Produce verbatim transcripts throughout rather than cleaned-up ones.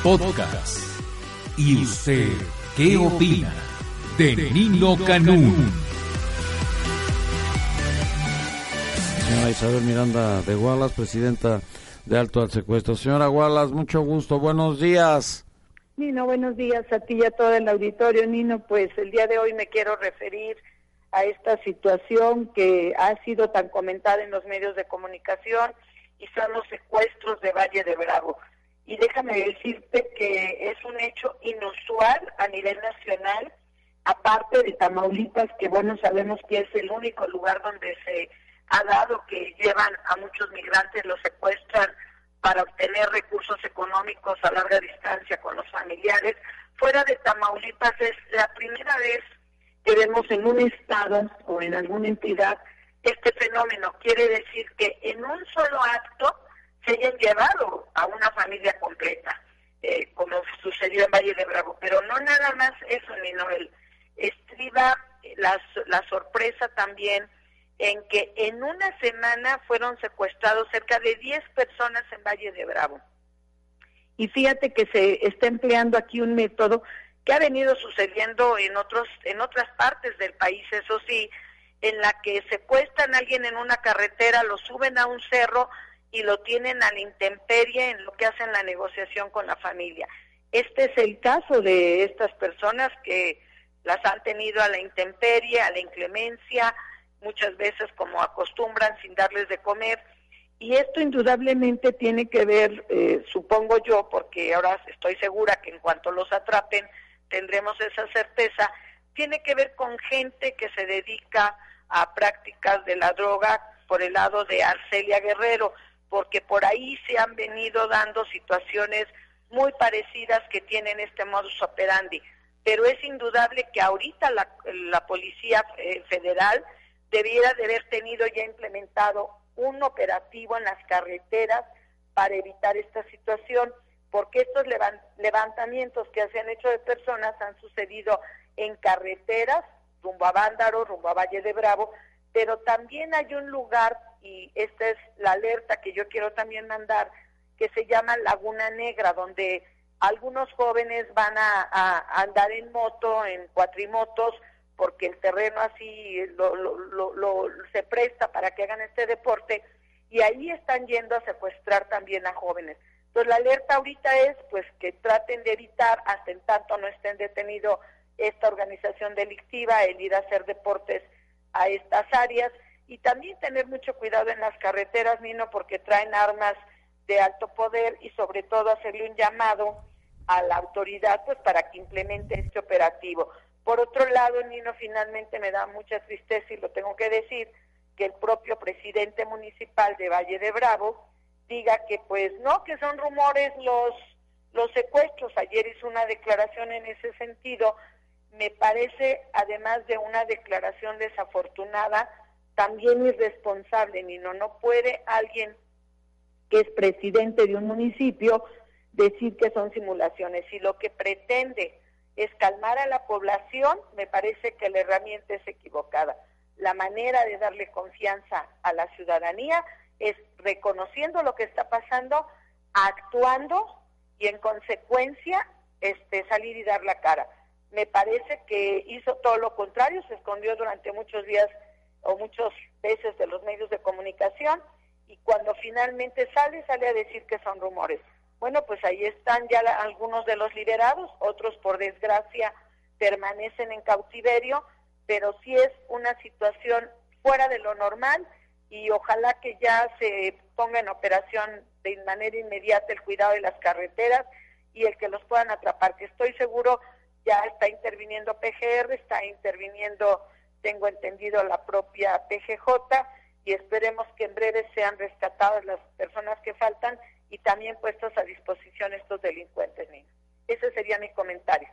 Podcast. ¿Y usted qué opina de Nino Canún? Señora Isabel Miranda de Wallace, presidenta de Alto al Secuestro. Señora Wallace, mucho gusto, buenos días. Nino, buenos días a ti y a todo el auditorio. Nino, pues el día de hoy me quiero referir a esta situación que ha sido tan comentada en los medios de comunicación y son los secuestros de Valle de Bravo. Y déjame decirte que es un hecho inusual a nivel nacional, aparte de Tamaulipas, que bueno, sabemos que es el único lugar donde se ha dado que llevan a muchos migrantes, los secuestran para obtener recursos económicos a larga distancia con los familiares. Fuera de Tamaulipas es la primera vez que vemos en un estado o en alguna entidad este fenómeno. Quiere decir que en un solo acto se hayan llevado a una familia completa, eh, como sucedió en Valle de Bravo. Pero no nada más eso, ni Noel. Estriba la, la sorpresa también en que en una semana fueron secuestrados cerca de diez personas en Valle de Bravo. Y fíjate que se está empleando aquí un método que ha venido sucediendo en otros en otras partes del país, eso sí, en la que secuestran a alguien en una carretera, lo suben a un cerro y lo tienen a la intemperie en lo que hacen la negociación con la familia. Este es el caso de estas personas que las han tenido a la intemperie, a la inclemencia, muchas veces como acostumbran, sin darles de comer. Y esto indudablemente tiene que ver, eh, supongo yo, porque ahora estoy segura que en cuanto los atrapen tendremos esa certeza, tiene que ver con gente que se dedica a prácticas de la droga por el lado de Arcelia Guerrero, porque por ahí se han venido dando situaciones muy parecidas que tienen este modus operandi. Pero es indudable que ahorita la, la Policía eh, Federal debiera de haber tenido ya implementado un operativo en las carreteras para evitar esta situación, porque estos levant- levantamientos que se han hecho de personas han sucedido en carreteras, rumbo a Bándaro, rumbo a Valle de Bravo, pero también hay un lugar, y esta es la alerta que yo quiero también mandar, que se llama Laguna Negra, donde algunos jóvenes van a, a andar en moto, en cuatrimotos, porque el terreno así lo, lo, lo, lo, se presta para que hagan este deporte, y ahí están yendo a secuestrar también a jóvenes. Entonces la alerta ahorita es pues que traten de evitar, hasta en tanto no estén detenido esta organización delictiva, el ir a hacer deportes a estas áreas, y también tener mucho cuidado en las carreteras, Nino, porque traen armas de alto poder, y sobre todo hacerle un llamado a la autoridad pues para que implemente este operativo. Por otro lado, Nino, finalmente me da mucha tristeza y lo tengo que decir, que el propio presidente municipal de Valle de Bravo diga que pues no, que son rumores los, los secuestros. Ayer hizo una declaración en ese sentido. Me parece, además de una declaración desafortunada, también irresponsable, Nino. No puede alguien que es presidente de un municipio decir que son simulaciones. Si lo que pretende es calmar a la población, me parece que la herramienta es equivocada. La manera de darle confianza a la ciudadanía es reconociendo lo que está pasando, actuando y en consecuencia este, salir y dar la cara. Me parece que hizo todo lo contrario, se escondió durante muchos días o muchas veces de los medios de comunicación, y cuando finalmente sale, sale a decir que son rumores. Bueno, pues ahí están ya la, algunos de los liberados, otros por desgracia permanecen en cautiverio, pero sí es una situación fuera de lo normal, y ojalá que ya se ponga en operación de manera inmediata el cuidado de las carreteras y el que los puedan atrapar, que estoy seguro ya está interviniendo P G R, está interviniendo, tengo entendido, la propia P G J, y esperemos que en breve sean rescatadas las personas que faltan y también puestos a disposición estos delincuentes, niños. Ese sería mi comentario.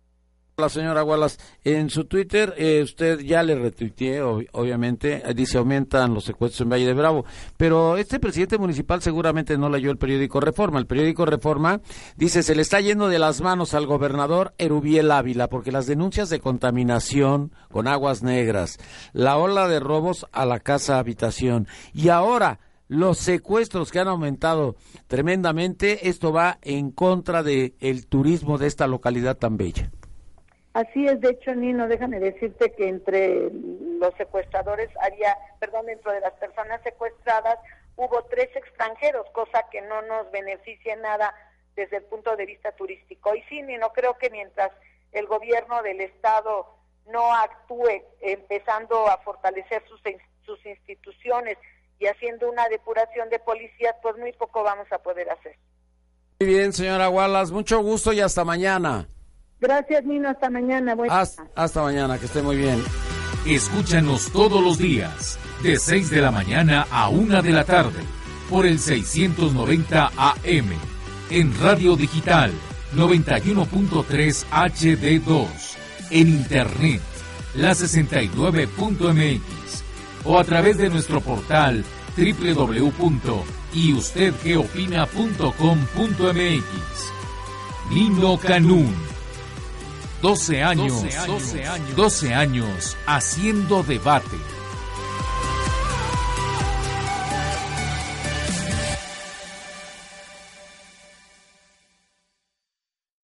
La señora Wallace, en su Twitter, eh, usted ya le retuiteé, ob- obviamente, eh, dice aumentan los secuestros en Valle de Bravo, pero este presidente municipal seguramente no leyó el periódico Reforma. El periódico Reforma dice, se le está yendo de las manos al gobernador Erubiel Ávila, porque las denuncias de contaminación con aguas negras, la ola de robos a la casa habitación, y ahora los secuestros que han aumentado tremendamente, esto va en contra de el turismo de esta localidad tan bella. Así es, de hecho, Nino, déjame decirte que entre los secuestradores había, perdón, dentro de las personas secuestradas hubo tres extranjeros, cosa que no nos beneficia en nada desde el punto de vista turístico. Y sí, Nino, creo que mientras el gobierno del estado no actúe empezando a fortalecer sus, sus instituciones y haciendo una depuración de policías, pues muy poco vamos a poder hacer. Muy bien, señora Wallace, mucho gusto y hasta mañana. Gracias, Nino, hasta mañana. Hasta, hasta mañana, que esté muy bien. Escúchanos todos los días, de seis de la mañana a una de la tarde, por el seiscientos noventa A M, en Radio Digital, noventa y uno punto tres H D dos, en Internet, la sesenta y nueve punto M X, o a través de nuestro portal doble u doble u doble u punto y usted qué opina punto com punto M X. Nino Canún. doce años, doce años, doce años haciendo debate.